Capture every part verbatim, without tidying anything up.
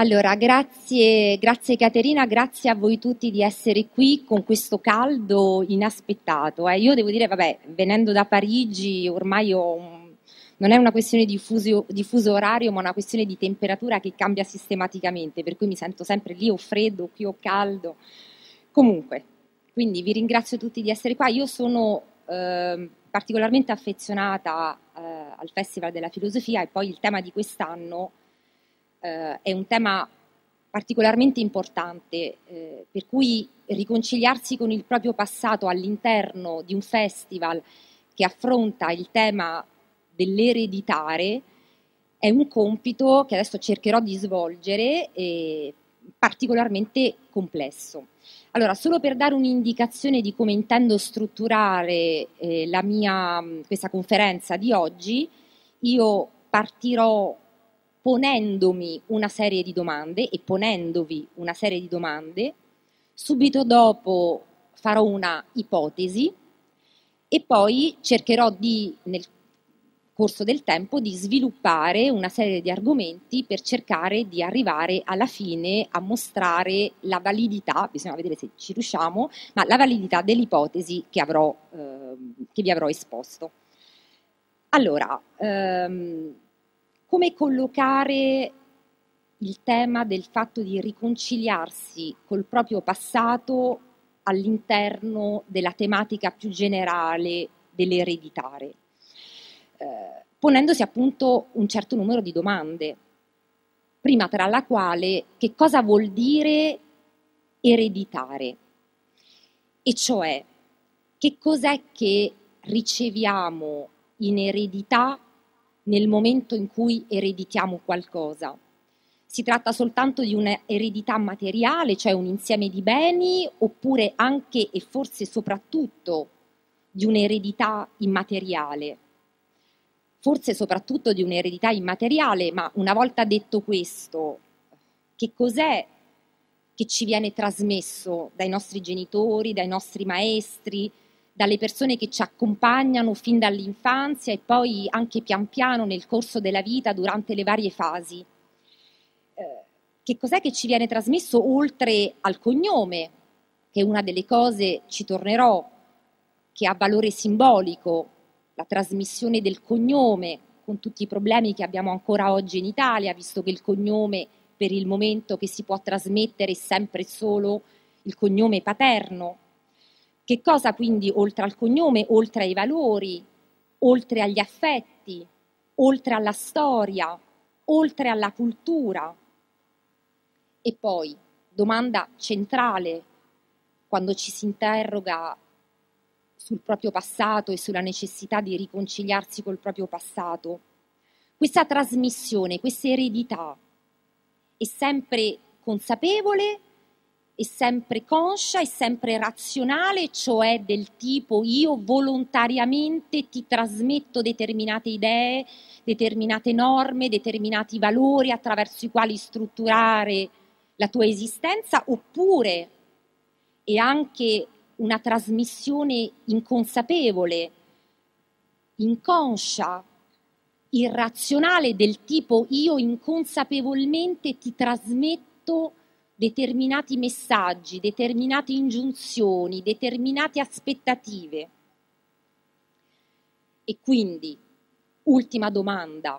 Allora, grazie, grazie Caterina, grazie a voi tutti di essere qui con questo caldo inaspettato. Eh. Io devo dire, vabbè, venendo da Parigi ormai ho un, non è una questione di fuso, di fuso orario, ma una questione di temperatura che cambia sistematicamente, per cui mi sento sempre lì ho freddo, qui ho caldo. Comunque, quindi vi ringrazio tutti di essere qua. Io sono eh, particolarmente affezionata eh, al Festival della Filosofia e poi il tema di quest'anno Uh, è un tema particolarmente importante, eh, per cui riconciliarsi con il proprio passato all'interno di un festival che affronta il tema dell'ereditare è un compito che adesso cercherò di svolgere, eh, particolarmente complesso. Allora, solo per dare un'indicazione di come intendo strutturare eh, la mia, questa conferenza di oggi, io partirò ponendomi una serie di domande e ponendovi una serie di domande, subito dopo farò una ipotesi e poi cercherò di, nel corso del tempo, di sviluppare una serie di argomenti per cercare di arrivare alla fine a mostrare la validità, bisogna vedere se ci riusciamo, ma la validità dell'ipotesi che, avrò, eh, che vi avrò esposto. Allora, ehm, come collocare il tema del fatto di riconciliarsi col proprio passato all'interno della tematica più generale dell'ereditare, eh, ponendosi appunto un certo numero di domande, prima tra la quale che cosa vuol dire ereditare, e cioè che cos'è che riceviamo in eredità nel momento in cui ereditiamo qualcosa. Si tratta soltanto di un'eredità materiale, cioè un insieme di beni, oppure anche e forse soprattutto di un'eredità immateriale? Forse soprattutto di un'eredità immateriale, ma una volta detto questo, che cos'è che ci viene trasmesso dai nostri genitori, dai nostri maestri, dalle persone che ci accompagnano fin dall'infanzia e poi anche pian piano nel corso della vita durante le varie fasi? Eh, che cos'è che ci viene trasmesso oltre al cognome, che è una delle cose, ci tornerò, che ha valore simbolico, la trasmissione del cognome, con tutti i problemi che abbiamo ancora oggi in Italia, visto che il cognome per il momento che si può trasmettere è sempre solo il cognome paterno. Che cosa quindi, oltre al cognome, oltre ai valori, oltre agli affetti, oltre alla storia, oltre alla cultura? E poi, domanda centrale, quando ci si interroga sul proprio passato e sulla necessità di riconciliarsi col proprio passato, questa trasmissione, questa eredità è sempre consapevole, è sempre conscia, è sempre razionale, cioè del tipo io volontariamente ti trasmetto determinate idee, determinate norme, determinati valori attraverso i quali strutturare la tua esistenza, oppure è anche una trasmissione inconsapevole, inconscia, irrazionale del tipo io inconsapevolmente ti trasmetto determinati messaggi, determinate ingiunzioni, determinate aspettative. E quindi, ultima domanda,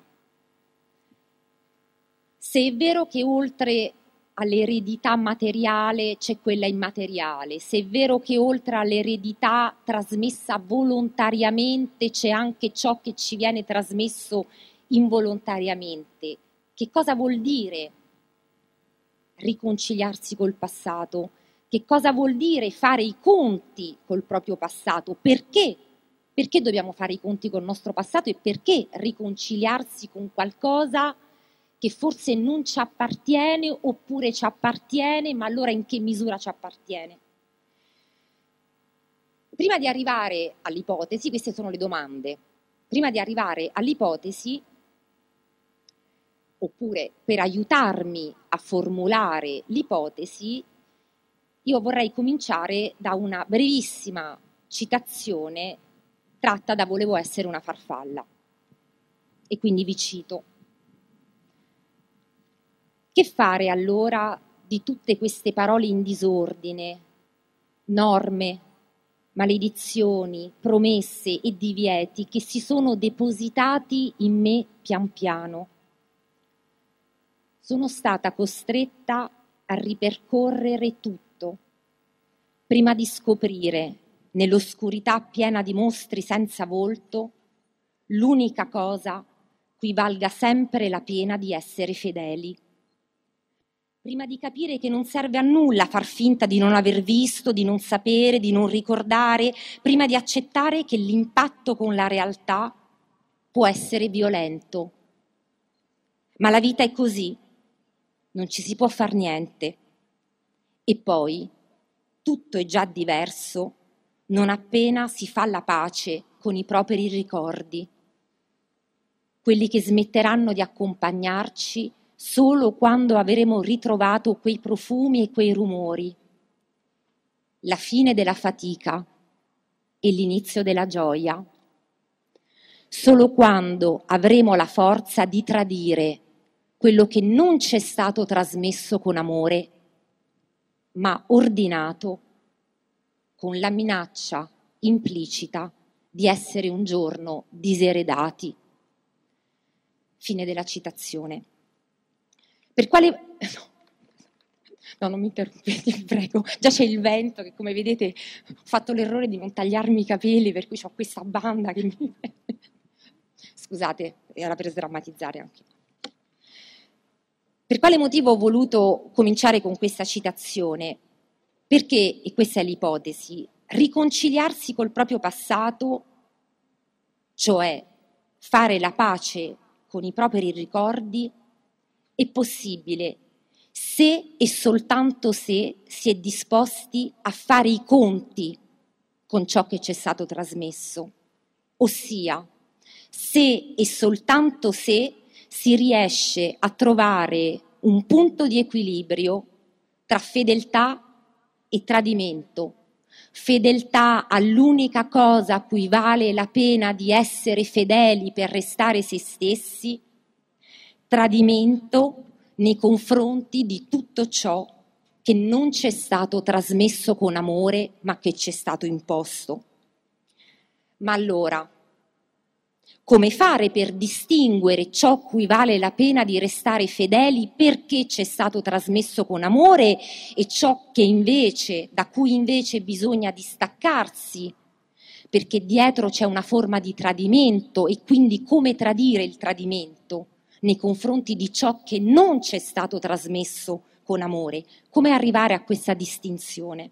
se è vero che oltre all'eredità materiale c'è quella immateriale, se è vero che oltre all'eredità trasmessa volontariamente c'è anche ciò che ci viene trasmesso involontariamente, che cosa vuol dire riconciliarsi col passato? Che cosa vuol dire fare i conti col proprio passato? Perché? Perché dobbiamo fare i conti col nostro passato e perché riconciliarsi con qualcosa che forse non ci appartiene oppure ci appartiene, ma allora in che misura ci appartiene? Prima di arrivare all'ipotesi, queste sono le domande, prima di arrivare all'ipotesi, oppure per aiutarmi a formulare l'ipotesi, io vorrei cominciare da una brevissima citazione tratta da Volevo essere una farfalla. E quindi vi cito. Che fare allora di tutte queste parole in disordine, norme, maledizioni, promesse e divieti che si sono depositati in me pian piano? Sono stata costretta a ripercorrere tutto, prima di scoprire, nell'oscurità piena di mostri senza volto, l'unica cosa cui valga sempre la pena di essere fedeli. Prima di capire che non serve a nulla far finta di non aver visto, di non sapere, di non ricordare, prima di accettare che l'impatto con la realtà può essere violento. Ma la vita è così, non ci si può far niente. E poi tutto è già diverso non appena si fa la pace con i propri ricordi, quelli che smetteranno di accompagnarci solo quando avremo ritrovato quei profumi e quei rumori, la fine della fatica e l'inizio della gioia. Solo quando avremo la forza di tradire quello che non ci è stato trasmesso con amore, ma ordinato con la minaccia implicita di essere un giorno diseredati. Fine della citazione. Per quale... No, non mi interrompete, vi prego. Già c'è il vento che, come vedete, ho fatto l'errore di non tagliarmi i capelli, per cui ho questa banda che mi... Scusate, era per sdrammatizzare anche. Per quale motivo ho voluto cominciare con questa citazione? Perché, e questa è l'ipotesi, riconciliarsi col proprio passato, cioè fare la pace con i propri ricordi, è possibile se e soltanto se si è disposti a fare i conti con ciò che ci è stato trasmesso, ossia se e soltanto se si riesce a trovare un punto di equilibrio tra fedeltà e tradimento, fedeltà all'unica cosa a cui vale la pena di essere fedeli per restare se stessi, tradimento nei confronti di tutto ciò che non ci è stato trasmesso con amore, ma che ci è stato imposto. Ma allora, come fare per distinguere ciò cui vale la pena di restare fedeli perché ci è stato trasmesso con amore e ciò che invece, da cui invece bisogna distaccarsi, perché dietro c'è una forma di tradimento e quindi come tradire il tradimento nei confronti di ciò che non ci è stato trasmesso con amore? Come arrivare a questa distinzione?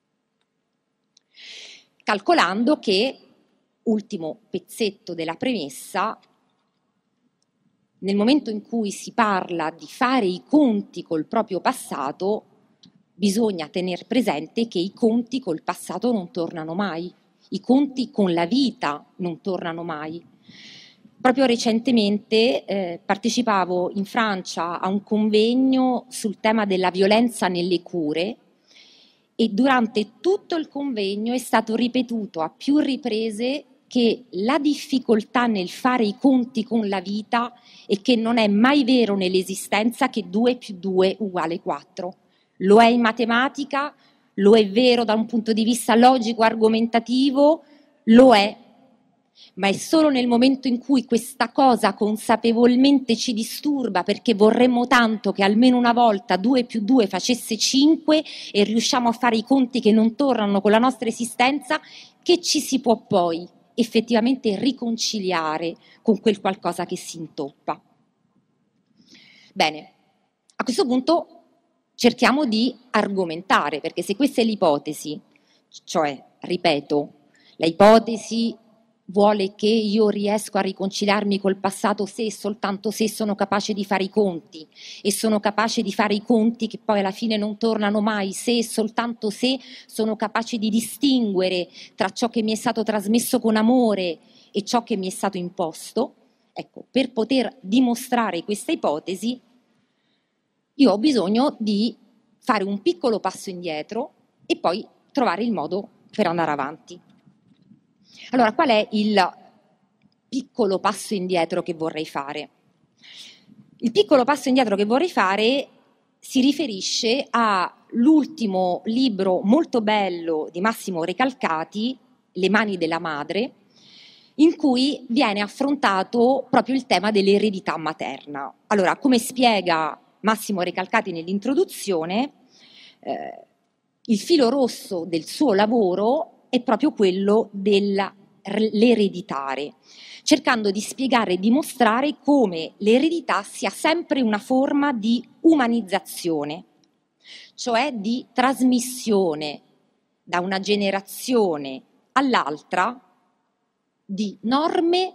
Calcolando che, ultimo pezzetto della premessa, nel momento in cui si parla di fare i conti col proprio passato, bisogna tenere presente che i conti col passato non tornano mai, i conti con la vita non tornano mai. Proprio recentemente eh, partecipavo in Francia a un convegno sul tema della violenza nelle cure e durante tutto il convegno è stato ripetuto a più riprese che la difficoltà nel fare i conti con la vita è che non è mai vero nell'esistenza che due più due uguale quattro. Lo è in matematica, lo è vero da un punto di vista logico-argomentativo, lo è, ma è solo nel momento in cui questa cosa consapevolmente ci disturba perché vorremmo tanto che almeno una volta due più due facesse cinque e riusciamo a fare i conti che non tornano con la nostra esistenza, che ci si può poi effettivamente riconciliare con quel qualcosa che si intoppa. Bene, a questo punto cerchiamo di argomentare, perché se questa è l'ipotesi, cioè, ripeto, la ipotesi vuole che io riesco a riconciliarmi col passato se e soltanto se sono capace di fare i conti, e sono capace di fare i conti che poi alla fine non tornano mai, se e soltanto se sono capace di distinguere tra ciò che mi è stato trasmesso con amore e ciò che mi è stato imposto. Ecco, per poter dimostrare questa ipotesi io ho bisogno di fare un piccolo passo indietro e poi trovare il modo per andare avanti. Allora, qual è il piccolo passo indietro che vorrei fare? Il piccolo passo indietro che vorrei fare si riferisce all'ultimo libro molto bello di Massimo Recalcati, Le mani della madre, in cui viene affrontato proprio il tema dell'eredità materna. Allora, come spiega Massimo Recalcati nell'introduzione, eh, il filo rosso del suo lavoro è proprio quello dell'ereditare, cercando di spiegare e dimostrare come l'eredità sia sempre una forma di umanizzazione, cioè di trasmissione da una generazione all'altra di norme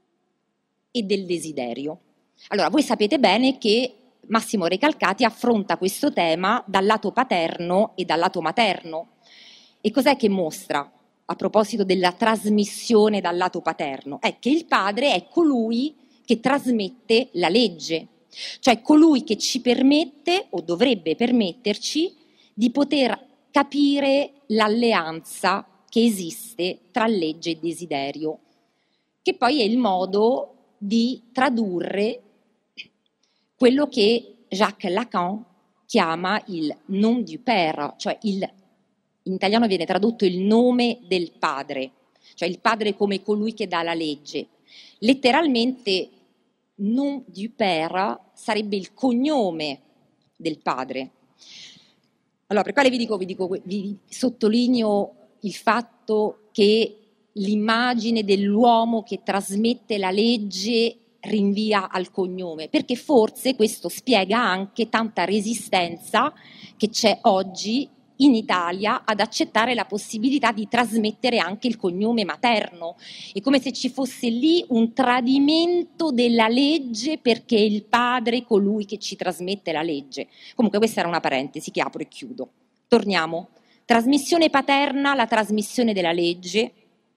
e del desiderio. Allora, voi sapete bene che Massimo Recalcati affronta questo tema dal lato paterno e dal lato materno. E cos'è che mostra? A proposito della trasmissione dal lato paterno, è che il padre è colui che trasmette la legge, cioè colui che ci permette, o dovrebbe permetterci, di poter capire l'alleanza che esiste tra legge e desiderio, che poi è il modo di tradurre quello che Jacques Lacan chiama il nom du père, cioè il in italiano viene tradotto il nome del padre, cioè il padre come colui che dà la legge. Letteralmente nom du père sarebbe il cognome del padre. Allora, per quale vi dico, vi, dico, vi sottolineo il fatto che l'immagine dell'uomo che trasmette la legge rinvia al cognome, perché forse questo spiega anche tanta resistenza che c'è oggi in Italia ad accettare la possibilità di trasmettere anche il cognome materno. È come se ci fosse lì un tradimento della legge perché è il padre è colui che ci trasmette la legge. Comunque questa era una parentesi che apro e chiudo. Torniamo. Trasmissione paterna, la trasmissione della legge.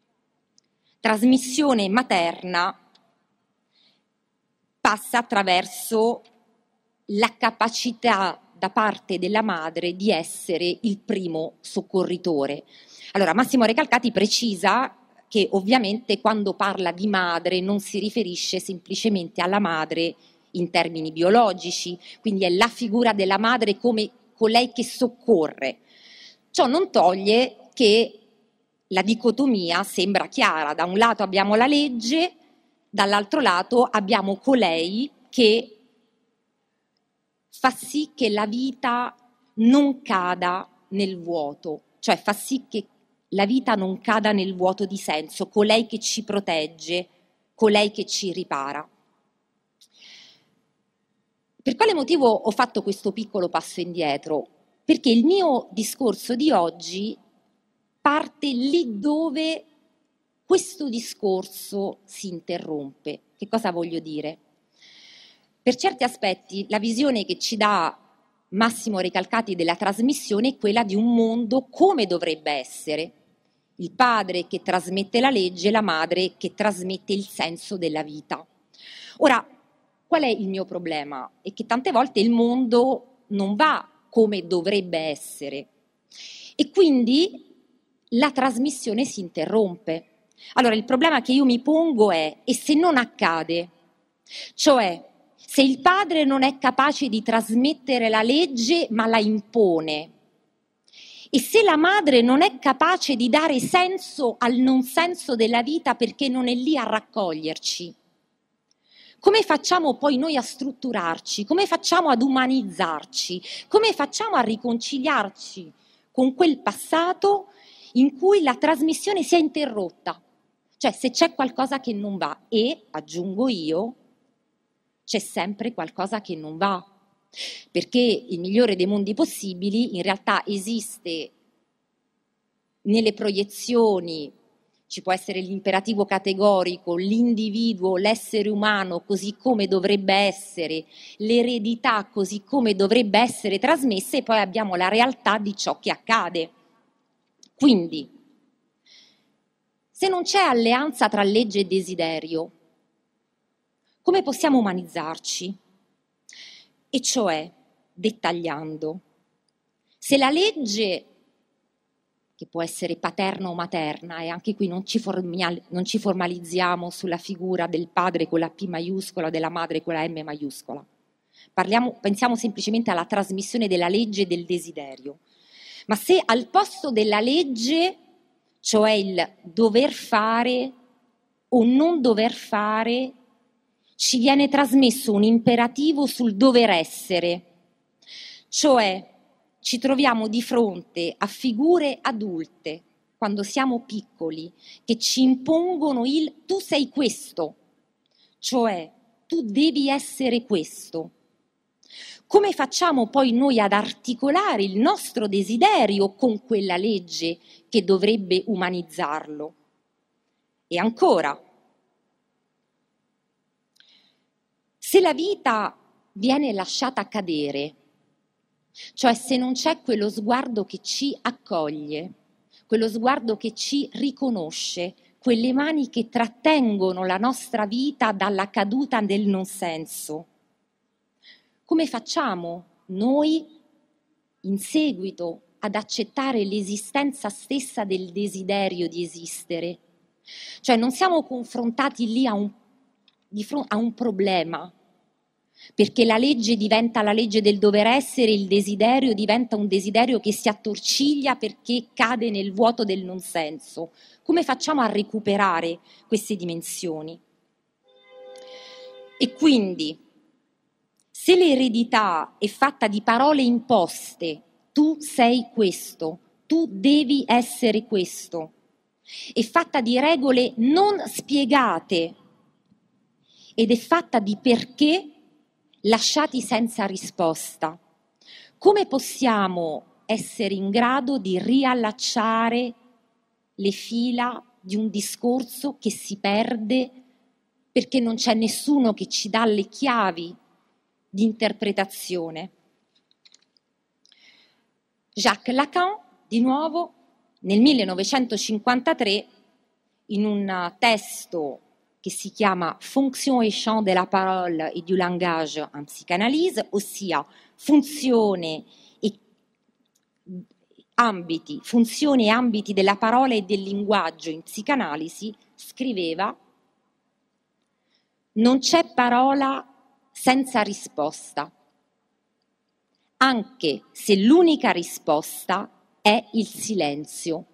Trasmissione materna passa attraverso la capacità da parte della madre di essere il primo soccorritore. Allora, Massimo Recalcati precisa che ovviamente quando parla di madre non si riferisce semplicemente alla madre in termini biologici, quindi è la figura della madre come colei che soccorre. Ciò non toglie che la dicotomia sembra chiara: da un lato abbiamo la legge, dall'altro lato abbiamo colei che fa sì che la vita non cada nel vuoto, cioè fa sì che la vita non cada nel vuoto di senso, colei che ci protegge, colei che ci ripara. Per quale motivo ho fatto questo piccolo passo indietro? Perché il mio discorso di oggi parte lì dove questo discorso si interrompe. Che cosa voglio dire? Per certi aspetti la visione che ci dà Massimo Recalcati della trasmissione è quella di un mondo come dovrebbe essere. Il padre che trasmette la legge, la madre che trasmette il senso della vita. Ora, qual è il mio problema? È che tante volte il mondo non va come dovrebbe essere e quindi la trasmissione si interrompe. Allora, il problema che io mi pongo è: e se non accade? Cioè, se il padre non è capace di trasmettere la legge ma la impone, e se la madre non è capace di dare senso al non senso della vita perché non è lì a raccoglierci, come facciamo poi noi a strutturarci? Come facciamo ad umanizzarci? Come facciamo a riconciliarci con quel passato in cui la trasmissione si è interrotta? Cioè, se c'è qualcosa che non va, e, aggiungo io, c'è sempre qualcosa che non va, perché il migliore dei mondi possibili in realtà esiste nelle proiezioni. Ci può essere l'imperativo categorico, l'individuo, l'essere umano così come dovrebbe essere, l'eredità così come dovrebbe essere trasmessa, e poi abbiamo la realtà di ciò che accade. Quindi, se non c'è alleanza tra legge e desiderio, come possiamo umanizzarci? E cioè, dettagliando, se la legge, che può essere paterna o materna, e anche qui non ci, formal- non ci formalizziamo sulla figura del padre con la P maiuscola, della madre con la M maiuscola, Parliamo, pensiamo semplicemente alla trasmissione della legge del desiderio. Ma se al posto della legge, cioè il dover fare o non dover fare, ci viene trasmesso un imperativo sul dover essere, cioè ci troviamo di fronte a figure adulte, quando siamo piccoli, che ci impongono il tu sei questo, cioè tu devi essere questo. Come facciamo poi noi ad articolare il nostro desiderio con quella legge che dovrebbe umanizzarlo? E ancora, se la vita viene lasciata cadere, cioè se non c'è quello sguardo che ci accoglie, quello sguardo che ci riconosce, quelle mani che trattengono la nostra vita dalla caduta del non senso, come facciamo noi in seguito ad accettare l'esistenza stessa del desiderio di esistere? Cioè non siamo confrontati lì a un, di fronte a un problema, perché la legge diventa la legge del dover essere, il desiderio diventa un desiderio che si attorciglia perché cade nel vuoto del non senso. Come facciamo a recuperare queste dimensioni? E quindi, se l'eredità è fatta di parole imposte, tu sei questo, tu devi essere questo, è fatta di regole non spiegate ed è fatta di perché lasciati senza risposta, come possiamo essere in grado di riallacciare le fila di un discorso che si perde perché non c'è nessuno che ci dà le chiavi di interpretazione? Jacques Lacan, di nuovo, nel millenovecentocinquantatré, in un testo che si chiama Fonction et champ de la parole et du langage en psychanalyse, ossia funzione e ambiti, funzioni e ambiti della parola e del linguaggio in psicanalisi, scriveva: non c'è parola senza risposta, anche se l'unica risposta è il silenzio.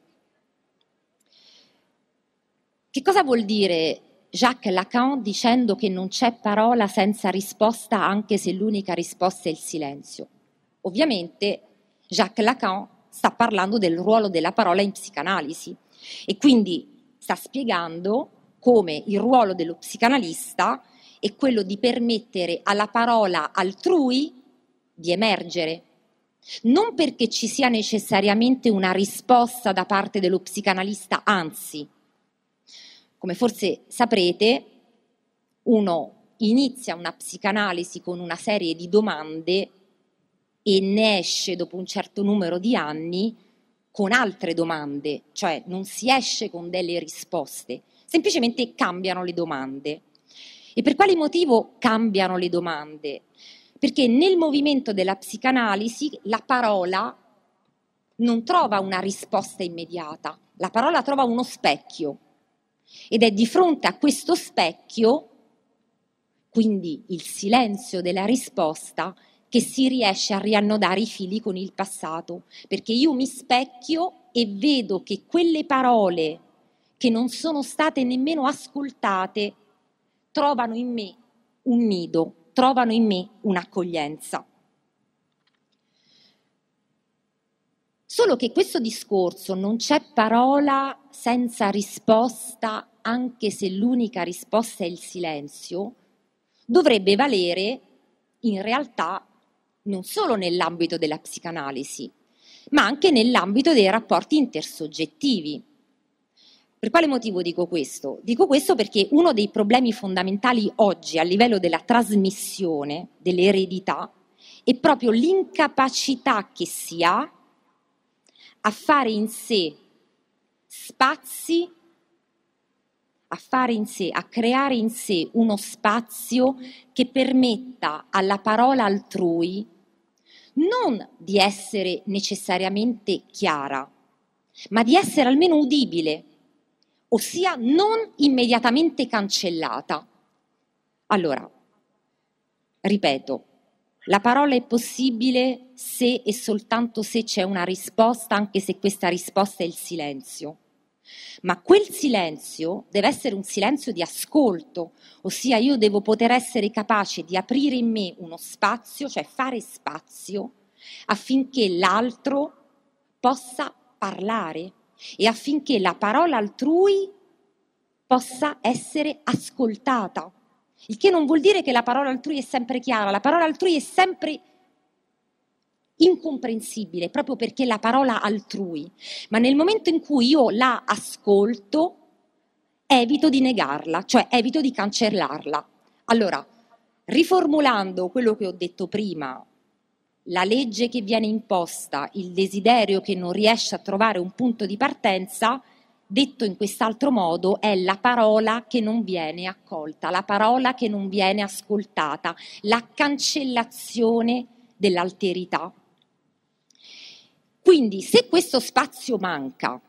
Che cosa vuol dire Jacques Lacan dicendo che non c'è parola senza risposta anche se l'unica risposta è il silenzio? Ovviamente Jacques Lacan sta parlando del ruolo della parola in psicanalisi e quindi sta spiegando come il ruolo dello psicanalista è quello di permettere alla parola altrui di emergere, non perché ci sia necessariamente una risposta da parte dello psicanalista, anzi, come forse saprete, uno inizia una psicanalisi con una serie di domande e ne esce dopo un certo numero di anni con altre domande, cioè non si esce con delle risposte, semplicemente cambiano le domande. E per quale motivo cambiano le domande? Perché nel movimento della psicanalisi la parola non trova una risposta immediata, la parola trova uno specchio. Ed è di fronte a questo specchio, quindi il silenzio della risposta, che si riesce a riannodare i fili con il passato, perché io mi specchio e vedo che quelle parole che non sono state nemmeno ascoltate trovano in me un nido, trovano in me un'accoglienza. Solo che questo discorso non c'è parola senza risposta, anche se l'unica risposta è il silenzio, dovrebbe valere in realtà non solo nell'ambito della psicanalisi, ma anche nell'ambito dei rapporti intersoggettivi. Per quale motivo dico questo? Dico questo perché uno dei problemi fondamentali oggi a livello della trasmissione, dell'eredità, è proprio l'incapacità che si ha a fare in sé spazi, a fare in sé, a creare in sé uno spazio che permetta alla parola altrui non di essere necessariamente chiara, ma di essere almeno udibile, ossia non immediatamente cancellata. Allora, ripeto, La parola è possibile se e soltanto se c'è una risposta, anche se questa risposta è il silenzio. Ma quel silenzio deve essere un silenzio di ascolto, ossia io devo poter essere capace di aprire in me uno spazio, cioè fare spazio, affinché l'altro possa parlare e affinché la parola altrui possa essere ascoltata. Il che non vuol dire che la parola altrui è sempre chiara, la parola altrui è sempre incomprensibile, proprio perché è la parola altrui. Ma nel momento in cui io la ascolto, evito di negarla, cioè evito di cancellarla. Allora, riformulando quello che ho detto prima, la legge che viene imposta, il desiderio che non riesce a trovare un punto di partenza, detto in quest'altro modo, è la parola che non viene accolta, la parola che non viene ascoltata, la cancellazione dell'alterità. Quindi, se questo spazio manca,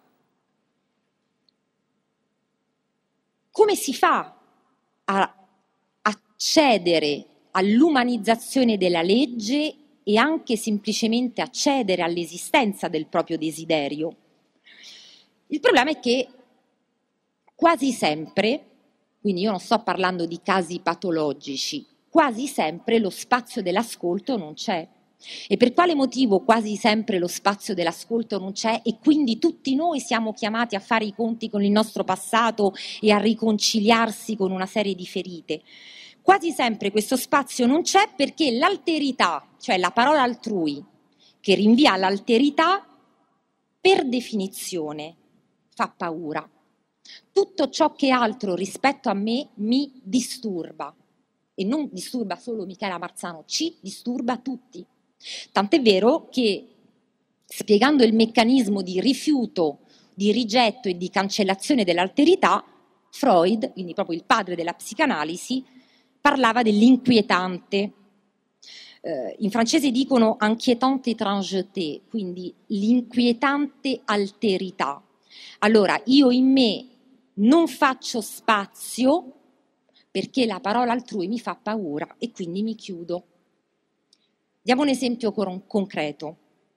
come si fa a accedere all'umanizzazione della legge e anche semplicemente accedere all'esistenza del proprio desiderio? Il problema è che quasi sempre, quindi io non sto parlando di casi patologici, quasi sempre lo spazio dell'ascolto non c'è. E per quale motivo quasi sempre lo spazio dell'ascolto non c'è e quindi tutti noi siamo chiamati a fare i conti con il nostro passato e a riconciliarsi con una serie di ferite? Quasi sempre questo spazio non c'è perché l'alterità, cioè la parola altrui, che rinvia all'alterità, per definizione fa paura. Tutto ciò che è altro rispetto a me mi disturba. E non disturba solo Michela Marzano, ci disturba tutti. Tant'è vero che, spiegando il meccanismo di rifiuto, di rigetto e di cancellazione dell'alterità, Freud, quindi proprio il padre della psicanalisi, parlava dell'inquietante. Eh, in francese dicono inquiétante étrangeté, quindi l'inquietante alterità. Allora, io in me non faccio spazio perché la parola altrui mi fa paura e quindi mi chiudo. Diamo un esempio con- concreto.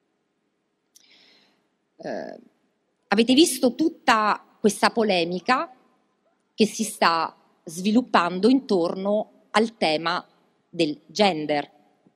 Eh, avete visto tutta questa polemica che si sta sviluppando intorno al tema del gender.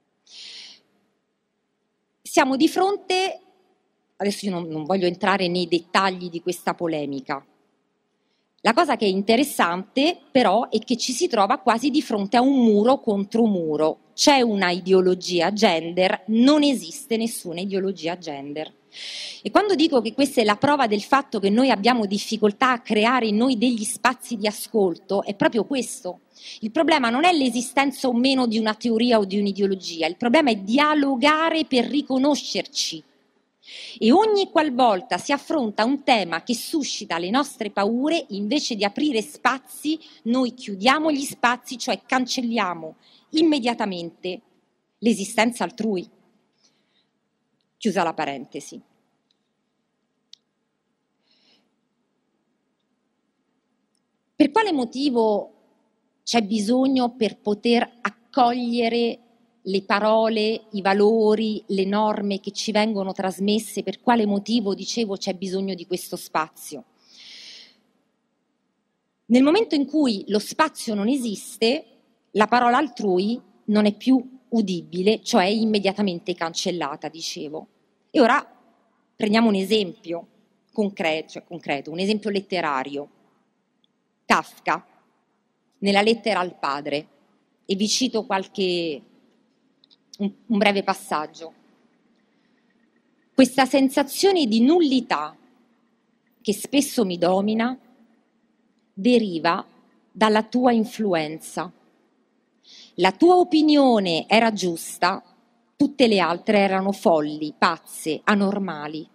Siamo di fronte, adesso io non, non voglio entrare nei dettagli di questa polemica, la cosa che è interessante però è che ci si trova quasi di fronte a un muro contro muro. C'è una ideologia gender, non esiste nessuna ideologia gender. E quando dico che questa è la prova del fatto che noi abbiamo difficoltà a creare in noi degli spazi di ascolto, è proprio questo. Il problema non è l'esistenza o meno di una teoria o di un'ideologia, il problema è dialogare per riconoscerci. E ogni qualvolta si affronta un tema che suscita le nostre paure, invece di aprire spazi, noi chiudiamo gli spazi, cioè cancelliamo immediatamente l'esistenza altrui. Chiusa la parentesi. Per quale motivo c'è bisogno per poter accogliere le parole, i valori, le norme che ci vengono trasmesse, per quale motivo, dicevo, c'è bisogno di questo spazio? Nel momento in cui lo spazio non esiste, la parola altrui non è più udibile, cioè è immediatamente cancellata, dicevo. E ora prendiamo un esempio concreto, cioè concreto, un esempio letterario. Kafka, nella lettera al padre, e vi cito qualche Un, un breve passaggio. Questa sensazione di nullità che spesso mi domina deriva dalla tua influenza. La tua opinione era giusta, tutte le altre erano folli, pazze, anormali.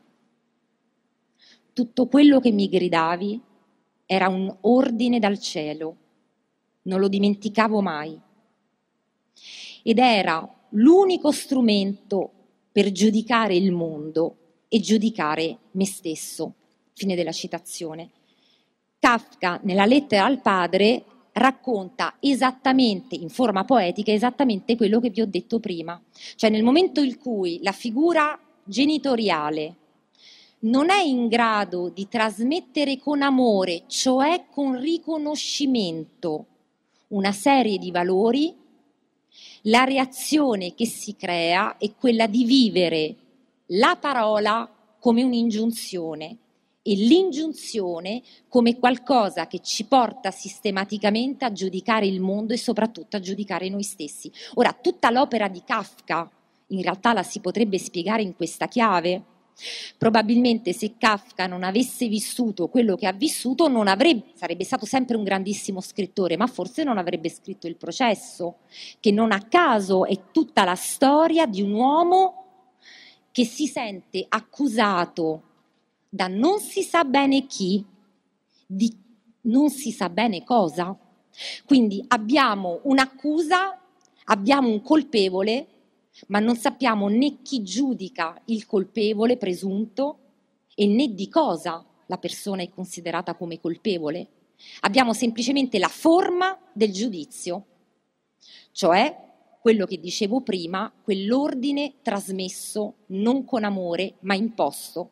Tutto quello che mi gridavi era un ordine dal cielo, non lo dimenticavo mai. Ed era l'unico strumento per giudicare il mondo e giudicare me stesso. Fine della citazione. Kafka, nella lettera al padre, racconta esattamente, in forma poetica, esattamente quello che vi ho detto prima. Cioè nel momento in cui la figura genitoriale non è in grado di trasmettere con amore, cioè con riconoscimento, una serie di valori, la reazione che si crea è quella di vivere la parola come un'ingiunzione e l'ingiunzione come qualcosa che ci porta sistematicamente a giudicare il mondo e soprattutto a giudicare noi stessi. Ora, tutta l'opera di Kafka in realtà la si potrebbe spiegare in questa chiave. Probabilmente se Kafka non avesse vissuto quello che ha vissuto non avrebbe, sarebbe stato sempre un grandissimo scrittore, ma forse non avrebbe scritto Il Processo, che non a caso è tutta la storia di un uomo che si sente accusato da non si sa bene chi, di non si sa bene cosa. Quindi abbiamo un'accusa, abbiamo un colpevole, ma non sappiamo né chi giudica il colpevole presunto e né di cosa la persona è considerata come colpevole. Abbiamo semplicemente la forma del giudizio, cioè quello che dicevo prima, quell'ordine trasmesso non con amore ma imposto.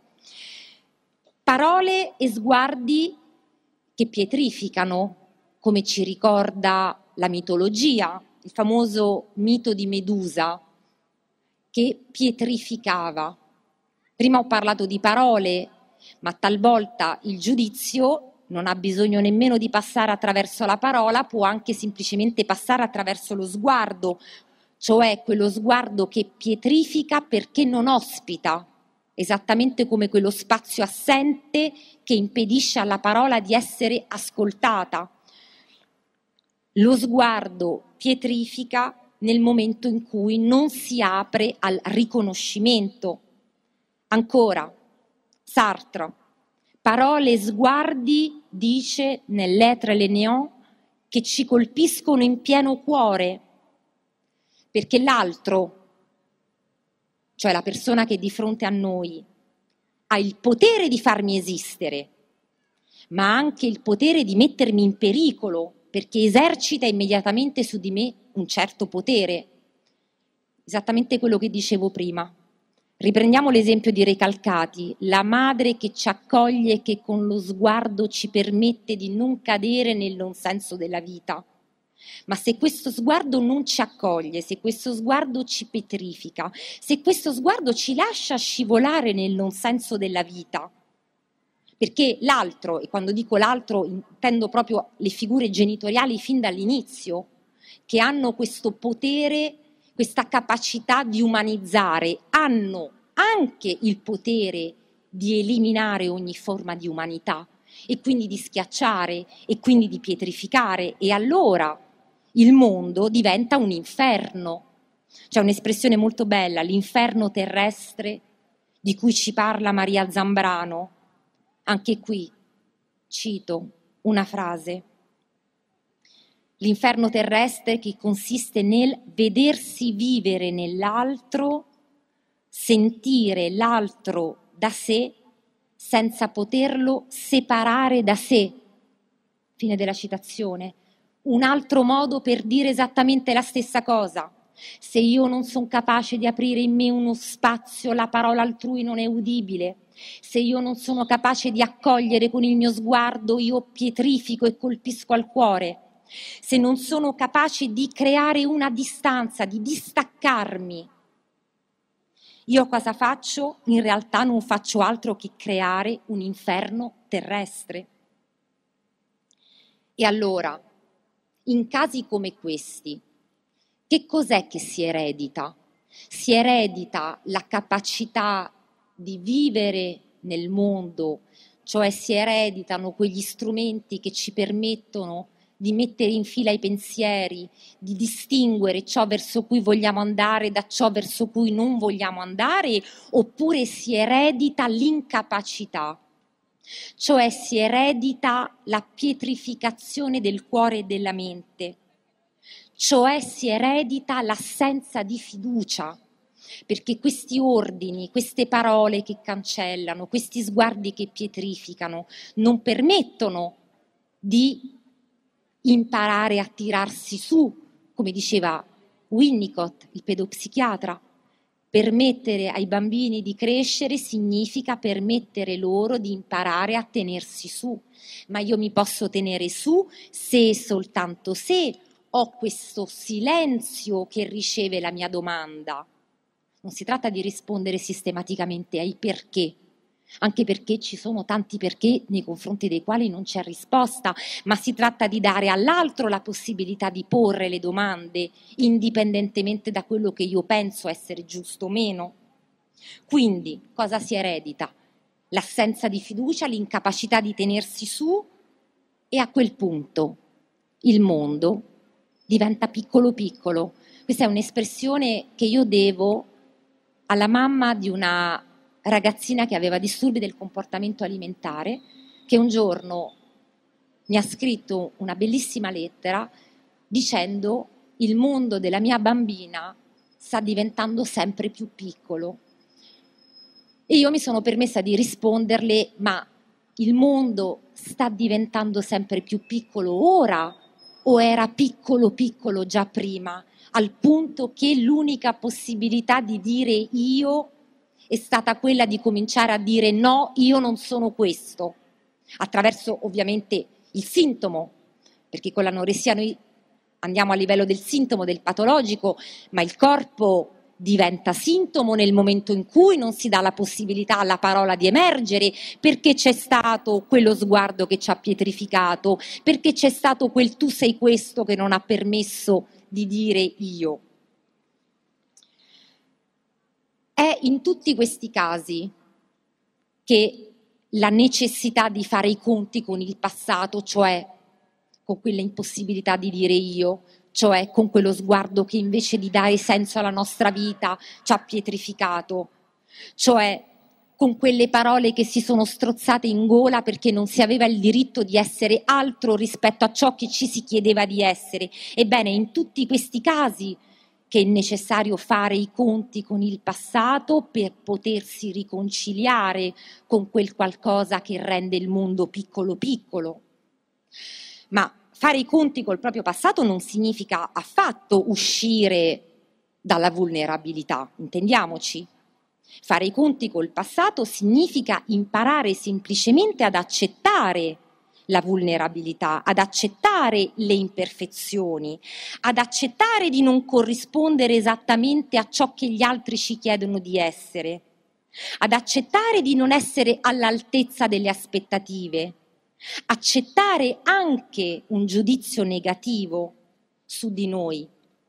Parole e sguardi che pietrificano, come ci ricorda la mitologia, il famoso mito di Medusa, che pietrificava. Prima ho parlato di parole, ma talvolta il giudizio non ha bisogno nemmeno di passare attraverso la parola, può anche semplicemente passare attraverso lo sguardo, cioè quello sguardo che pietrifica perché non ospita, esattamente come quello spazio assente che impedisce alla parola di essere ascoltata. Lo sguardo pietrifica nel momento in cui non si apre al riconoscimento. Ancora, Sartre, parole e sguardi, dice nell'Etre les néants, che ci colpiscono in pieno cuore, perché l'altro, cioè la persona che è di fronte a noi, ha il potere di farmi esistere, ma ha anche il potere di mettermi in pericolo, perché esercita immediatamente su di me un certo potere. Esattamente quello che dicevo prima. Riprendiamo l'esempio di Recalcati, la madre che ci accoglie e che con lo sguardo ci permette di non cadere nel non senso della vita. Ma se questo sguardo non ci accoglie, se questo sguardo ci petrifica, se questo sguardo ci lascia scivolare nel non senso della vita, perché l'altro, e quando dico l'altro intendo proprio le figure genitoriali fin dall'inizio, che hanno questo potere, questa capacità di umanizzare, hanno anche il potere di eliminare ogni forma di umanità e quindi di schiacciare e quindi di pietrificare, e allora il mondo diventa un inferno. C'è un'espressione molto bella, l'inferno terrestre, di cui ci parla Maria Zambrano. Anche qui cito una frase. L'inferno terrestre che consiste nel vedersi vivere nell'altro, sentire l'altro da sé senza poterlo separare da sé. Fine della citazione. Un altro modo per dire esattamente la stessa cosa. Se io non sono capace di aprire in me uno spazio, la parola altrui non è udibile. Se io non sono capace di accogliere con il mio sguardo, io pietrifico e colpisco al cuore. Se non sono capace di creare una distanza, di distaccarmi, io cosa faccio? In realtà non faccio altro che creare un inferno terrestre. E allora, in casi come questi, che cos'è che si eredita? Si eredita la capacità di vivere nel mondo, cioè si ereditano quegli strumenti che ci permettono di mettere in fila i pensieri, di distinguere ciò verso cui vogliamo andare da ciò verso cui non vogliamo andare, oppure si eredita l'incapacità, cioè si eredita la pietrificazione del cuore e della mente, cioè si eredita l'assenza di fiducia, perché questi ordini, queste parole che cancellano, questi sguardi che pietrificano, non permettono di imparare a tirarsi su, come diceva Winnicott, il pedopsichiatra. Permettere ai bambini di crescere significa permettere loro di imparare a tenersi su, ma io mi posso tenere su se e soltanto se ho questo silenzio che riceve la mia domanda. Non si tratta di rispondere sistematicamente ai perché, anche perché ci sono tanti perché nei confronti dei quali non c'è risposta, ma si tratta di dare all'altro la possibilità di porre le domande, indipendentemente da quello che io penso essere giusto o meno. Quindi, cosa si eredita? L'assenza di fiducia, l'incapacità di tenersi su, e a quel punto il mondo diventa piccolo piccolo. Questa è un'espressione che io devo alla mamma di una ragazzina che aveva disturbi del comportamento alimentare, che un giorno mi ha scritto una bellissima lettera dicendo: il mondo della mia bambina sta diventando sempre più piccolo. E io mi sono permessa di risponderle: ma il mondo sta diventando sempre più piccolo ora o era piccolo piccolo già prima, al punto che l'unica possibilità di dire io è stata quella di cominciare a dire no, io non sono questo, attraverso ovviamente il sintomo, perché con l'anoressia noi andiamo a livello del sintomo, del patologico, ma il corpo diventa sintomo nel momento in cui non si dà la possibilità alla parola di emergere, perché c'è stato quello sguardo che ci ha pietrificato, perché c'è stato quel tu sei questo che non ha permesso di dire io. È in tutti questi casi che la necessità di fare i conti con il passato, cioè con quella impossibilità di dire io, cioè con quello sguardo che invece di dare senso alla nostra vita ci ha pietrificato, cioè con quelle parole che si sono strozzate in gola perché non si aveva il diritto di essere altro rispetto a ciò che ci si chiedeva di essere. Ebbene, in tutti questi casi che è necessario fare i conti con il passato per potersi riconciliare con quel qualcosa che rende il mondo piccolo piccolo. Ma fare i conti col proprio passato non significa affatto uscire dalla vulnerabilità, intendiamoci. Fare i conti col passato significa imparare semplicemente ad accettare la vulnerabilità, ad accettare le imperfezioni, ad accettare di non corrispondere esattamente a ciò che gli altri ci chiedono di essere, ad accettare di non essere all'altezza delle aspettative, accettare anche un giudizio negativo su di noi.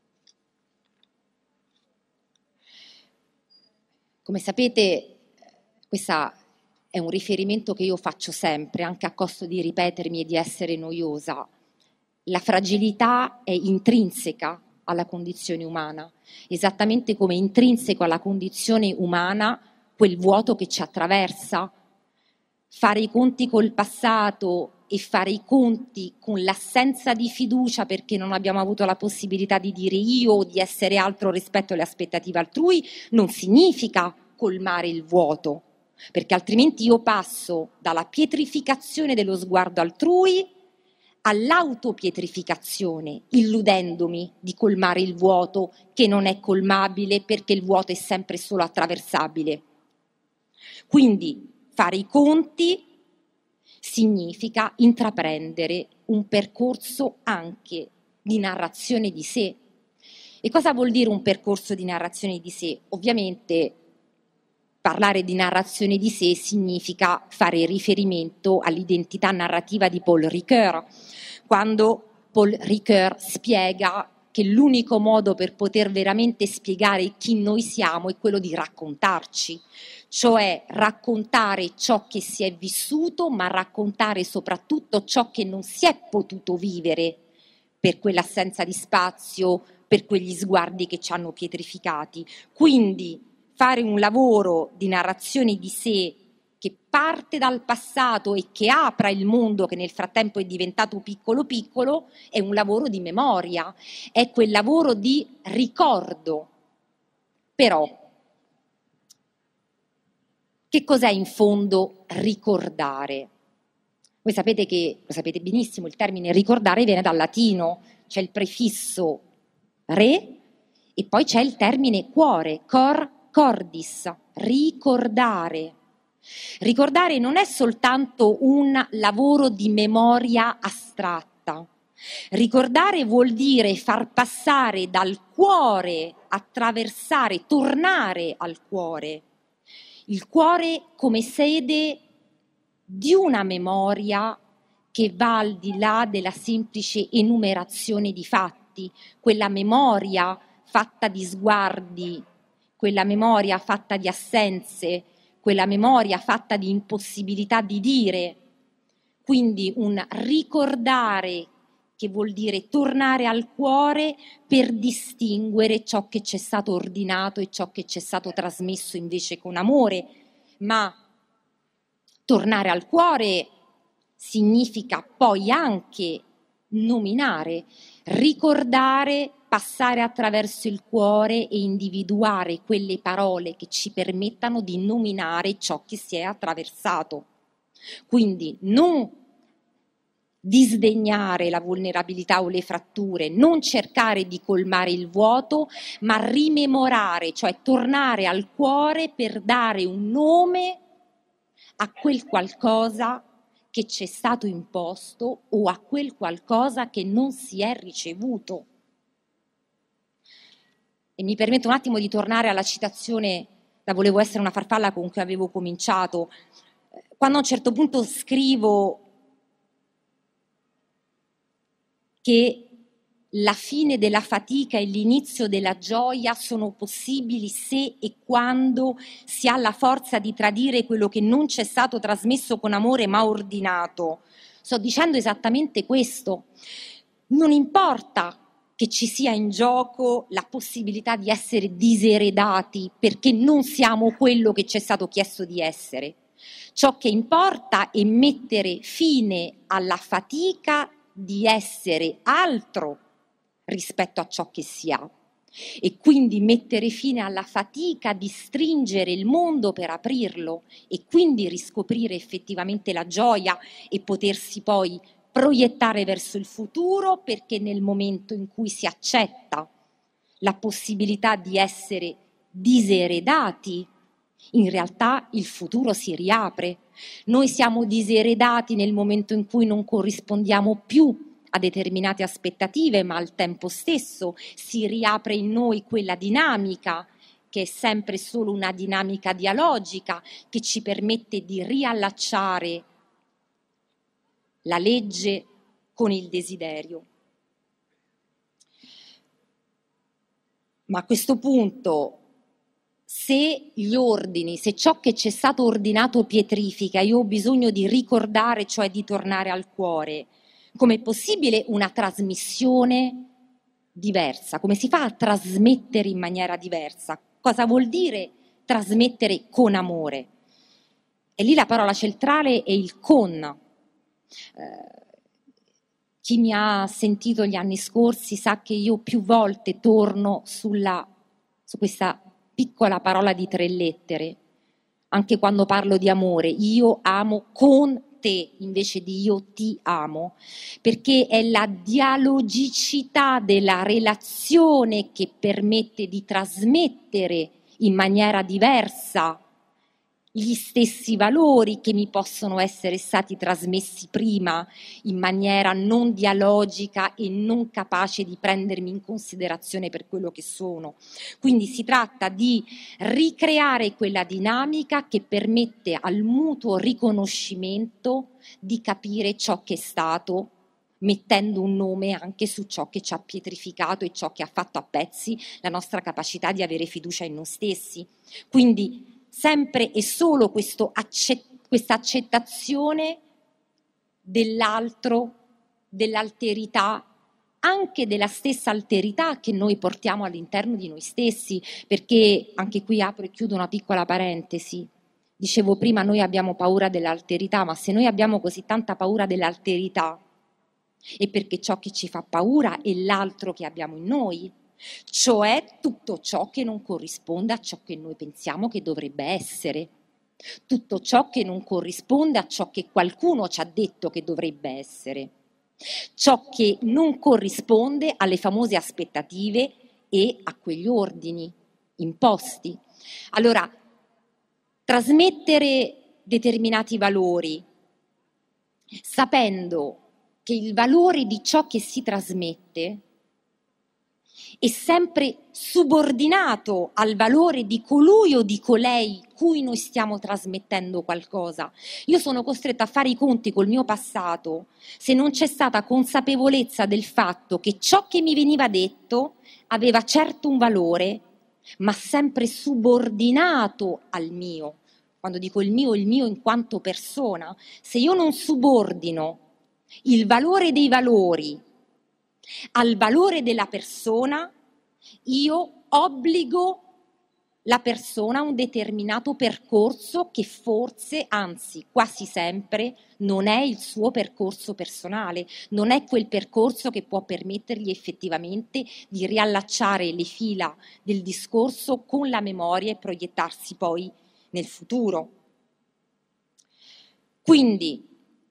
Come sapete, questa è un riferimento che io faccio sempre, anche a costo di ripetermi e di essere noiosa. La fragilità è intrinseca alla condizione umana, esattamente come è intrinseco alla condizione umana quel vuoto che ci attraversa. Fare i conti col passato e fare i conti con l'assenza di fiducia perché non abbiamo avuto la possibilità di dire io o di essere altro rispetto alle aspettative altrui non significa colmare il vuoto, perché altrimenti io passo dalla pietrificazione dello sguardo altrui all'autopietrificazione, illudendomi di colmare il vuoto che non è colmabile perché il vuoto è sempre solo attraversabile. Quindi fare i conti significa intraprendere un percorso anche di narrazione di sé. E cosa vuol dire un percorso di narrazione di sé? Ovviamente parlare di narrazione di sé significa fare riferimento all'identità narrativa di Paul Ricoeur, quando Paul Ricoeur spiega che l'unico modo per poter veramente spiegare chi noi siamo è quello di raccontarci, cioè raccontare ciò che si è vissuto, ma raccontare soprattutto ciò che non si è potuto vivere per quell'assenza di spazio, per quegli sguardi che ci hanno pietrificati. Quindi fare un lavoro di narrazione di sé che parte dal passato e che apra il mondo che nel frattempo è diventato piccolo piccolo è un lavoro di memoria, è quel lavoro di ricordo. Però, che cos'è in fondo ricordare? Voi sapete che, lo sapete benissimo, il termine ricordare viene dal latino, c'è il prefisso re e poi c'è il termine cuore, cor cordis, ricordare. Ricordare non è soltanto un lavoro di memoria astratta. Ricordare vuol dire far passare dal cuore, attraversare, tornare al cuore. Il cuore come sede di una memoria che va al di là della semplice enumerazione di fatti, quella memoria fatta di sguardi, quella memoria fatta di assenze, quella memoria fatta di impossibilità di dire. Quindi un ricordare che vuol dire tornare al cuore per distinguere ciò che ci è stato ordinato e ciò che ci è stato trasmesso invece con amore, ma tornare al cuore significa poi anche nominare, ricordare, passare attraverso il cuore e individuare quelle parole che ci permettano di nominare ciò che si è attraversato. Quindi non disdegnare la vulnerabilità o le fratture, non cercare di colmare il vuoto, ma rimemorare, cioè tornare al cuore per dare un nome a quel qualcosa che ci è stato imposto o a quel qualcosa che non si è ricevuto. E mi permetto un attimo di tornare alla citazione da Volevo essere una farfalla con cui avevo cominciato. Quando a un certo punto scrivo che la fine della fatica e l'inizio della gioia sono possibili se e quando si ha la forza di tradire quello che non ci è stato trasmesso con amore ma ordinato. Sto dicendo esattamente questo. Non importa che ci sia in gioco la possibilità di essere diseredati perché non siamo quello che ci è stato chiesto di essere. Ciò che importa è mettere fine alla fatica di essere altro rispetto a ciò che si ha e quindi mettere fine alla fatica di stringere il mondo per aprirlo e quindi riscoprire effettivamente la gioia e potersi poi proiettare verso il futuro, perché nel momento in cui si accetta la possibilità di essere diseredati, in realtà il futuro si riapre. Noi siamo diseredati nel momento in cui non corrispondiamo più a determinate aspettative, ma al tempo stesso si riapre in noi quella dinamica che è sempre solo una dinamica dialogica che ci permette di riallacciare la legge con il desiderio. Ma a questo punto, se gli ordini, se ciò che ci è stato ordinato pietrifica, io ho bisogno di ricordare, cioè di tornare al cuore, com'è possibile una trasmissione diversa? Come si fa a trasmettere in maniera diversa? Cosa vuol dire trasmettere con amore? E lì la parola centrale è il con. Eh, chi mi ha sentito gli anni scorsi sa che io più volte torno sulla, su questa piccola parola di tre lettere, anche quando parlo di amore. Io amo con te invece di io ti amo, perché è la dialogicità della relazione che permette di trasmettere in maniera diversa gli stessi valori che mi possono essere stati trasmessi prima in maniera non dialogica e non capace di prendermi in considerazione per quello che sono. Quindi si tratta di ricreare quella dinamica che permette al mutuo riconoscimento di capire ciò che è stato, mettendo un nome anche su ciò che ci ha pietrificato e ciò che ha fatto a pezzi la nostra capacità di avere fiducia in noi stessi. Quindi sempre e solo questo accett- questa accettazione dell'altro, dell'alterità, anche della stessa alterità che noi portiamo all'interno di noi stessi, perché anche qui apro e chiudo una piccola parentesi. Dicevo prima, noi abbiamo paura dell'alterità, ma se noi abbiamo così tanta paura dell'alterità è perché ciò che ci fa paura è l'altro che abbiamo in noi, cioè tutto ciò che non corrisponde a ciò che noi pensiamo che dovrebbe essere. tutto ciò che non corrisponde a ciò che qualcuno ci ha detto che dovrebbe essere, ciò che non corrisponde alle famose aspettative e a quegli ordini imposti. Allora, trasmettere determinati valori, sapendo che il valore di ciò che si trasmette è sempre subordinato al valore di colui o di colei cui noi stiamo trasmettendo qualcosa. Io sono costretta a fare i conti col mio passato se non c'è stata consapevolezza del fatto che ciò che mi veniva detto aveva certo un valore, ma sempre subordinato al mio. Quando dico il mio, il mio in quanto persona. Se io non subordino il valore dei valori al valore della persona, io obbligo la persona a un determinato percorso che forse, anzi quasi sempre, non è il suo percorso personale, non è quel percorso che può permettergli effettivamente di riallacciare le fila del discorso con la memoria e proiettarsi poi nel futuro. Quindi,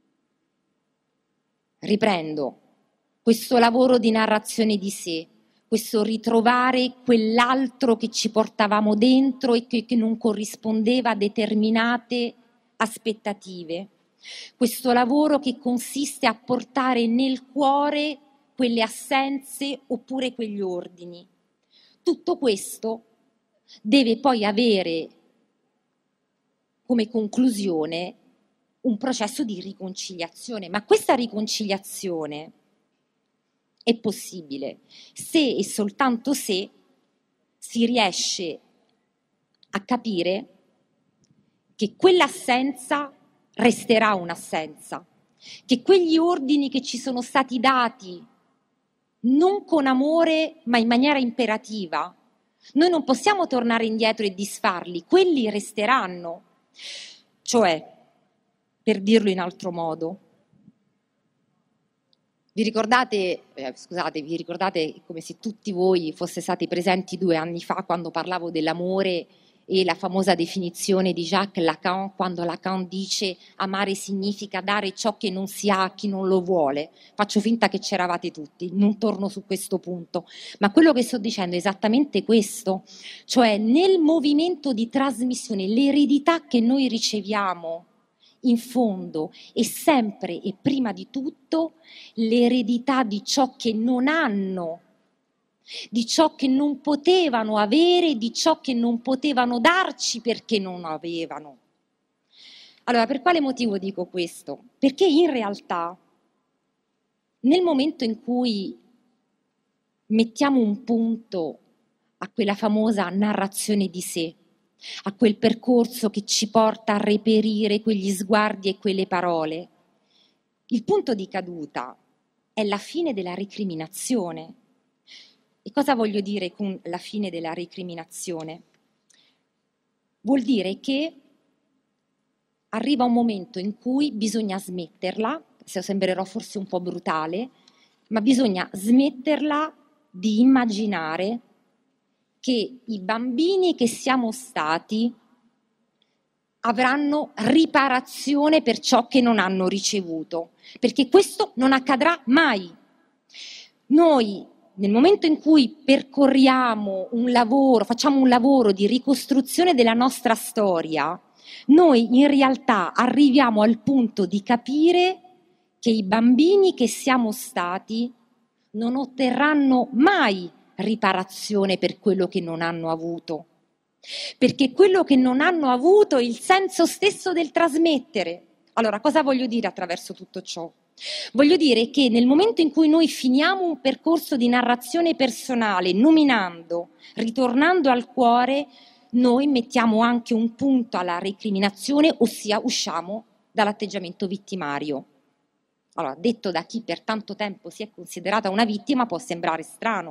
riprendo, questo lavoro di narrazione di sé, questo ritrovare quell'altro che ci portavamo dentro e che, che non corrispondeva a determinate aspettative, questo lavoro che consiste a portare nel cuore quelle assenze oppure quegli ordini. Tutto questo deve poi avere come conclusione un processo di riconciliazione, ma questa riconciliazione è possibile se e soltanto se si riesce a capire che quell'assenza resterà un'assenza, che quegli ordini che ci sono stati dati non con amore ma in maniera imperativa, noi non possiamo tornare indietro e disfarli, quelli resteranno. Cioè, per dirlo in altro modo, vi ricordate, eh, scusate, vi ricordate come se tutti voi foste stati presenti due anni fa quando parlavo dell'amore e la famosa definizione di Jacques Lacan, quando Lacan dice amare significa dare ciò che non si ha a chi non lo vuole. Faccio finta che c'eravate tutti, non torno su questo punto, ma quello che sto dicendo è esattamente questo, cioè nel movimento di trasmissione, l'eredità che noi riceviamo in fondo è sempre e prima di tutto l'eredità di ciò che non hanno, di ciò che non potevano avere, di ciò che non potevano darci perché non avevano. Allora, per quale motivo dico questo? Perché in realtà nel momento in cui mettiamo un punto a quella famosa narrazione di sé, a quel percorso che ci porta a reperire quegli sguardi e quelle parole, il punto di caduta è la fine della recriminazione. E cosa voglio dire con la fine della recriminazione? Vuol dire che arriva un momento in cui bisogna smetterla, se sembrerò forse un po' brutale, ma bisogna smetterla di immaginare che i bambini che siamo stati avranno riparazione per ciò che non hanno ricevuto, perché questo non accadrà mai. Noi, nel momento in cui percorriamo un lavoro, facciamo un lavoro di ricostruzione della nostra storia, noi in realtà arriviamo al punto di capire che i bambini che siamo stati non otterranno mai riparazione per quello che non hanno avuto, perché quello che non hanno avuto è il senso stesso del trasmettere. Allora, cosa voglio dire attraverso tutto ciò? Voglio dire che nel momento in cui noi finiamo un percorso di narrazione personale, nominando, ritornando al cuore, noi mettiamo anche un punto alla recriminazione, ossia usciamo dall'atteggiamento vittimario. Allora, detto da chi per tanto tempo si è considerata una vittima, può sembrare strano.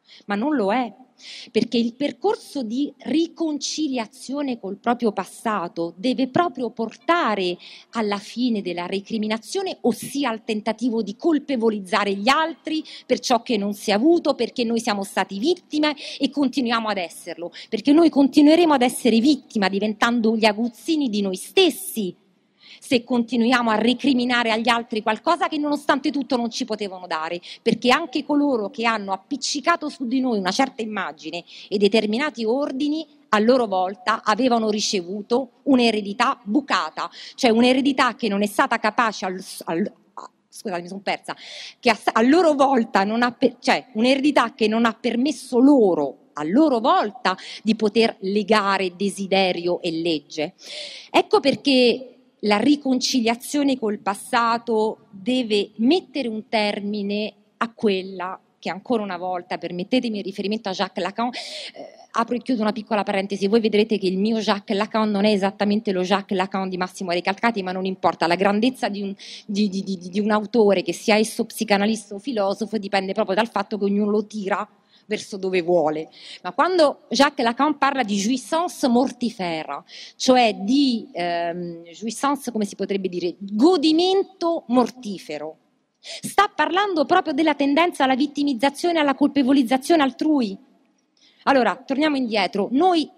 ma non lo è, perché il percorso di riconciliazione col proprio passato deve proprio portare alla fine della recriminazione, ossia al tentativo di colpevolizzare gli altri per ciò che non si è avuto, perché noi siamo stati vittime e continuiamo ad esserlo, perché noi continueremo ad essere vittima diventando gli aguzzini di noi stessi, se continuiamo a recriminare agli altri qualcosa che nonostante tutto non ci potevano dare, perché anche coloro che hanno appiccicato su di noi una certa immagine e determinati ordini, a loro volta avevano ricevuto un'eredità bucata, cioè un'eredità che non è stata capace al, al scusate mi sono persa, che a, a loro volta non ha, cioè un'eredità che non ha permesso loro a loro volta di poter legare desiderio e legge. Ecco perché la riconciliazione col passato deve mettere un termine a quella che ancora una volta, permettetemi il riferimento a Jacques Lacan, eh, apro e chiudo una piccola parentesi, voi vedrete che il mio Jacques Lacan non è esattamente lo Jacques Lacan di Massimo Recalcati, ma non importa, la grandezza di un, di, di, di, di un autore, che sia esso psicanalista o filosofo, dipende proprio dal fatto che ognuno lo tira verso dove vuole. Ma quando Jacques Lacan parla di jouissance mortifera, cioè di ehm, jouissance, come si potrebbe dire, godimento mortifero, sta parlando proprio della tendenza alla vittimizzazione, alla colpevolizzazione altrui. Allora, torniamo indietro. Noi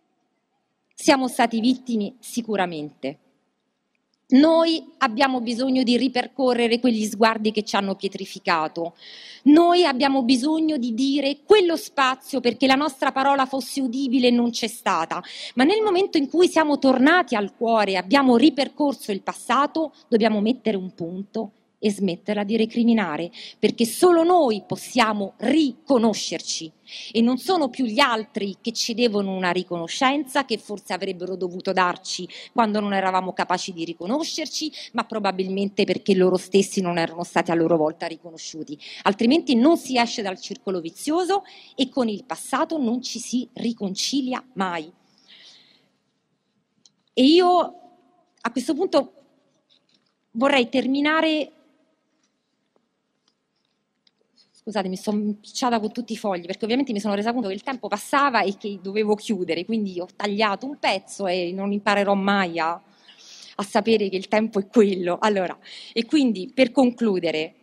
siamo stati vittime sicuramente. Noi abbiamo bisogno di ripercorrere quegli sguardi che ci hanno pietrificato. Noi abbiamo bisogno di dire quello spazio perché la nostra parola fosse udibile e non c'è stata. Ma nel momento in cui siamo tornati al cuore e abbiamo ripercorso il passato, dobbiamo mettere un punto e smetterla di recriminare, perché solo noi possiamo riconoscerci e non sono più gli altri che ci devono una riconoscenza che forse avrebbero dovuto darci quando non eravamo capaci di riconoscerci, ma probabilmente perché loro stessi non erano stati a loro volta riconosciuti. Altrimenti non si esce dal circolo vizioso e con il passato non ci si riconcilia mai. E io a questo punto vorrei terminare. Scusate, mi sono impicciata con tutti i fogli, perché ovviamente mi sono resa conto che il tempo passava e che dovevo chiudere, quindi ho tagliato un pezzo e non imparerò mai a, a sapere che il tempo è quello. Allora, e quindi per concludere,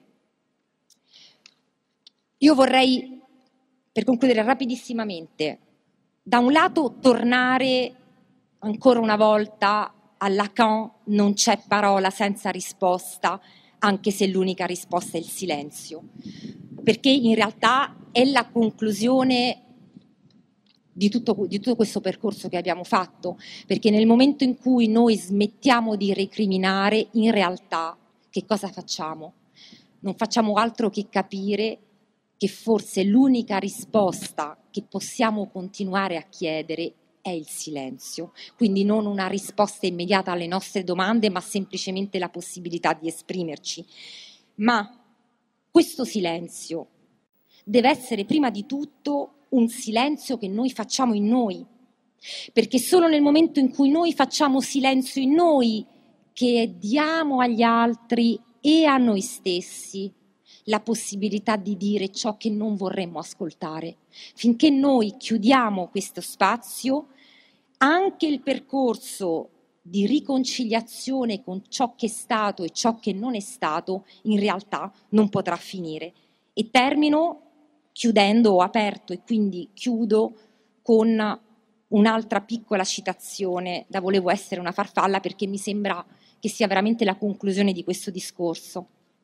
io vorrei, per concludere rapidissimamente, da un lato tornare ancora una volta a Lacan, non c'è parola senza risposta, anche se l'unica risposta è il silenzio, perché in realtà è la conclusione di tutto, di tutto questo percorso che abbiamo fatto, perché nel momento in cui noi smettiamo di recriminare, in realtà che cosa facciamo? Non facciamo altro che capire che forse l'unica risposta che possiamo continuare a chiedere è il silenzio, quindi non una risposta immediata alle nostre domande, ma semplicemente la possibilità di esprimerci. Ma questo silenzio deve essere prima di tutto un silenzio che noi facciamo in noi, perché solo nel momento in cui noi facciamo silenzio in noi che diamo agli altri e a noi stessi la possibilità di dire ciò che non vorremmo ascoltare. Finché noi chiudiamo questo spazio, anche il percorso di riconciliazione con ciò che è stato e ciò che non è stato, in realtà non potrà finire. E termino chiudendo, ho aperto e quindi chiudo con un'altra piccola citazione da Volevo essere una farfalla, perché mi sembra che sia veramente la conclusione di questo discorso.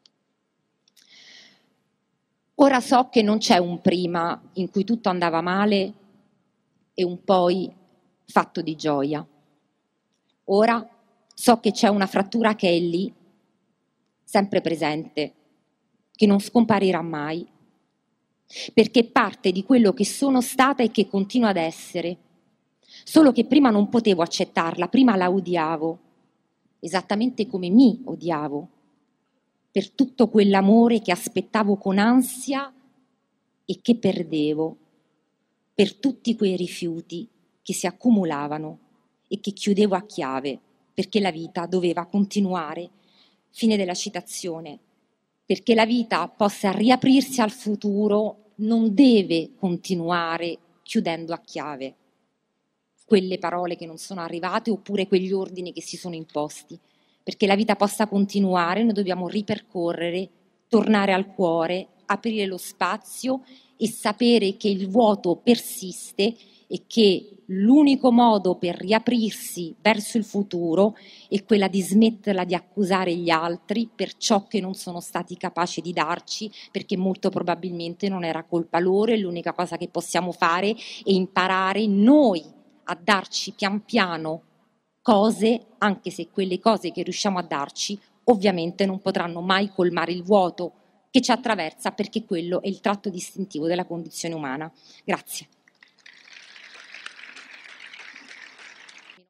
Ora so che non c'è un prima in cui tutto andava male e un poi fatto di gioia. Ora so che c'è una frattura che è lì, sempre presente, che non scomparirà mai, perché parte di quello che sono stata e che continuo ad essere, solo che prima non potevo accettarla, prima la odiavo, esattamente come mi odiavo, per tutto quell'amore che aspettavo con ansia e che perdevo, per tutti quei rifiuti che si accumulavano e che chiudevo a chiave, perché la vita doveva continuare. Fine della citazione. Perché la vita possa riaprirsi al futuro non deve continuare chiudendo a chiave quelle parole che non sono arrivate oppure quegli ordini che si sono imposti. Perché la vita possa continuare, noi dobbiamo ripercorrere, tornare al cuore, aprire lo spazio e sapere che il vuoto persiste e che l'unico modo per riaprirsi verso il futuro è quella di smetterla di accusare gli altri per ciò che non sono stati capaci di darci, perché molto probabilmente non era colpa loro e l'unica cosa che possiamo fare è imparare noi a darci pian piano cose, anche se quelle cose che riusciamo a darci ovviamente non potranno mai colmare il vuoto che ci attraversa, perché quello è il tratto distintivo della condizione umana. Grazie.